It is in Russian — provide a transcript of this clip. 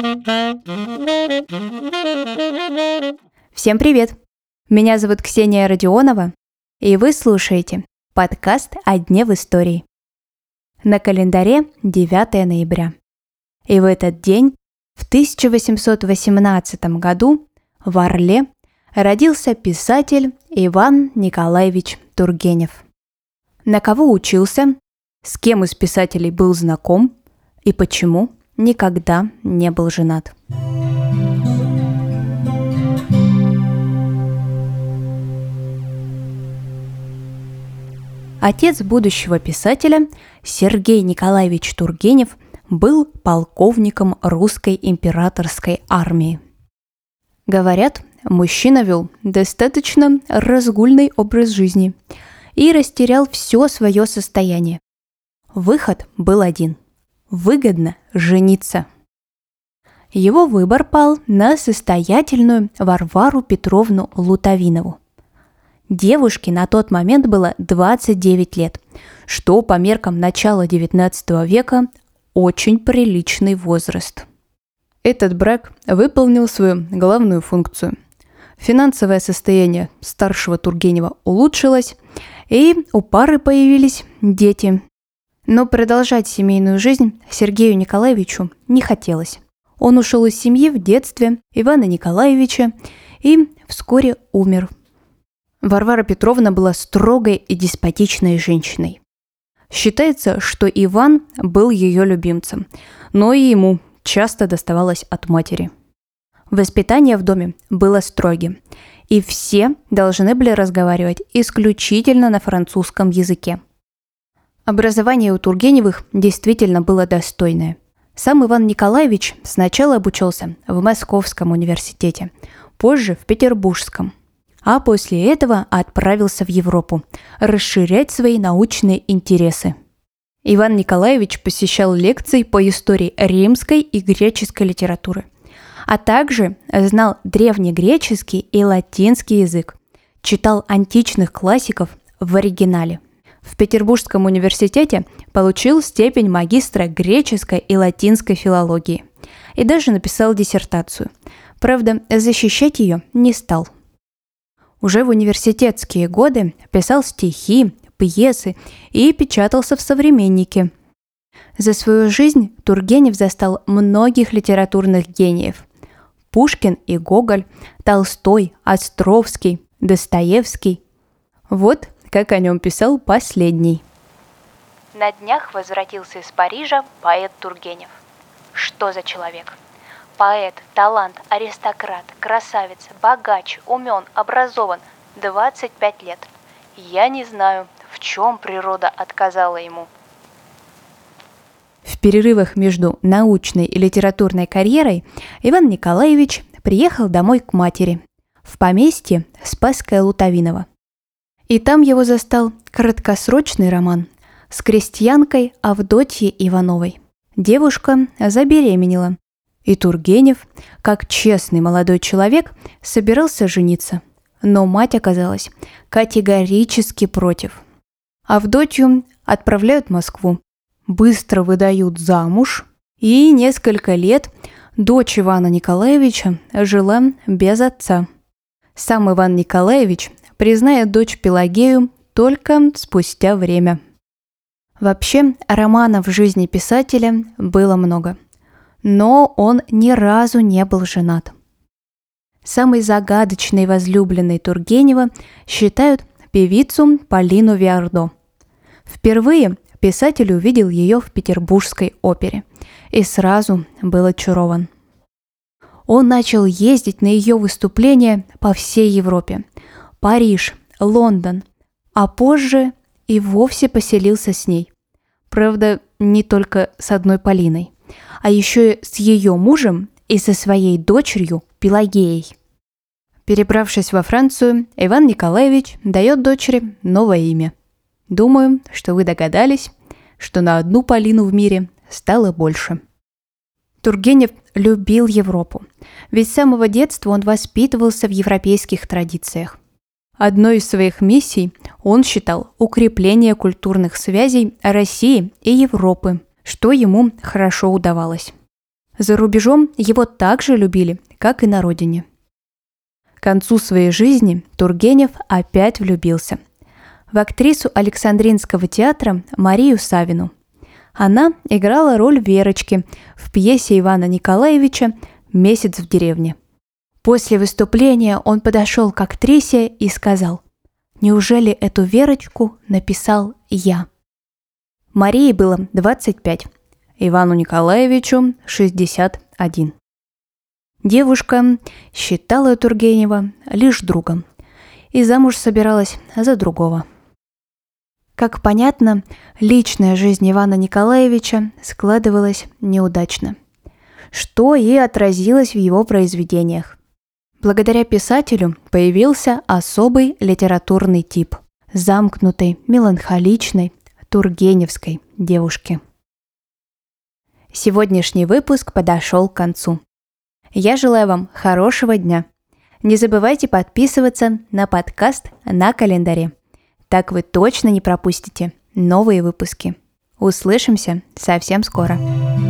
Всем привет! Меня зовут Ксения Родионова, и вы слушаете подкаст «О дне в истории». На календаре 9 ноября. И в этот день, в 1818 году, в Орле родился писатель Иван Николаевич Тургенев. На кого учился, с кем из писателей был знаком и почему никогда не был женат. Отец будущего писателя Сергей Николаевич Тургенев был полковником русской императорской армии. Говорят, мужчина вел достаточно разгульный образ жизни и растерял все свое состояние. Выход был один – выгодно жениться. Его выбор пал на состоятельную Варвару Петровну Лутовинову. Девушке на тот момент было 29 лет, что по меркам начала XIX века очень приличный возраст. Этот брак выполнил свою главную функцию. Финансовое состояние старшего Тургенева улучшилось, и у пары появились дети. Но продолжать семейную жизнь Сергею Николаевичу не хотелось. Он ушел из семьи в детстве Ивана Николаевича и вскоре умер. Варвара Петровна была строгой и деспотичной женщиной. Считается, что Иван был ее любимцем, но и ему часто доставалось от матери. Воспитание в доме было строгим, и все должны были разговаривать исключительно на французском языке. Образование у Тургеневых действительно было достойное. Сам Иван Николаевич сначала обучался в Московском университете, позже в Петербургском. А после этого отправился в Европу расширять свои научные интересы. Иван Николаевич посещал лекции по истории римской и греческой литературы, а также знал древнегреческий и латинский язык, читал античных классиков в оригинале. В Петербургском университете получил степень магистра греческой и латинской филологии и даже написал диссертацию. Правда, защищать ее не стал. Уже в университетские годы писал стихи, пьесы и печатался в «Современнике». За свою жизнь Тургенев застал многих литературных гениев. Пушкин и Гоголь, Толстой, Островский, Достоевский. Вот как о нем писал последний. На днях возвратился из Парижа поэт Тургенев. Что за человек? Поэт, талант, аристократ, красавец, богач, умен, образован, 25 лет. Я не знаю, в чем природа отказала ему. В перерывах между научной и литературной карьерой Иван Николаевич приехал домой к матери, в поместье Спасская Лутовинова. И там его застал краткосрочный роман с крестьянкой Авдотьей Ивановой. Девушка забеременела, и Тургенев, как честный молодой человек, собирался жениться. Но мать оказалась категорически против. Авдотью отправляют в Москву, быстро выдают замуж, и несколько лет дочь Ивана Николаевича жила без отца. Сам Иван Николаевич признает дочь Пелагею только спустя время. Вообще, романов в жизни писателя было много. Но он ни разу не был женат. Самой загадочной возлюбленной Тургенева считают певицу Полину Виардо. Впервые писатель увидел ее в Петербургской опере и сразу был очарован. Он начал ездить на ее выступления по всей Европе. Париж, Лондон, а позже и вовсе поселился с ней. Правда, не только с одной Полиной, а еще и с ее мужем и со своей дочерью Пелагеей. Перебравшись во Францию, Иван Николаевич дает дочери новое имя. Думаю, что вы догадались, что на одну Полину в мире стало больше. Тургенев любил Европу, ведь с самого детства он воспитывался в европейских традициях. Одной из своих миссий он считал укрепление культурных связей России и Европы, что ему хорошо удавалось. За рубежом его так же любили, как и на родине. К концу своей жизни Тургенев опять влюбился в актрису Александринского театра Марию Савину. Она играла роль Верочки в пьесе Ивана Николаевича «Месяц в деревне». После выступления он подошел к актрисе и сказал: «Неужели эту Верочку написал я?» Марии было 25, Ивану Николаевичу 61. Девушка считала Тургенева лишь другом и замуж собиралась за другого. Как понятно, личная жизнь Ивана Николаевича складывалась неудачно, что и отразилось в его произведениях. Благодаря писателю появился особый литературный тип – замкнутой, меланхоличной, тургеневской девушки. Сегодняшний выпуск подошел к концу. Я желаю вам хорошего дня. Не забывайте подписываться на подкаст на календаре. Так вы точно не пропустите новые выпуски. Услышимся совсем скоро.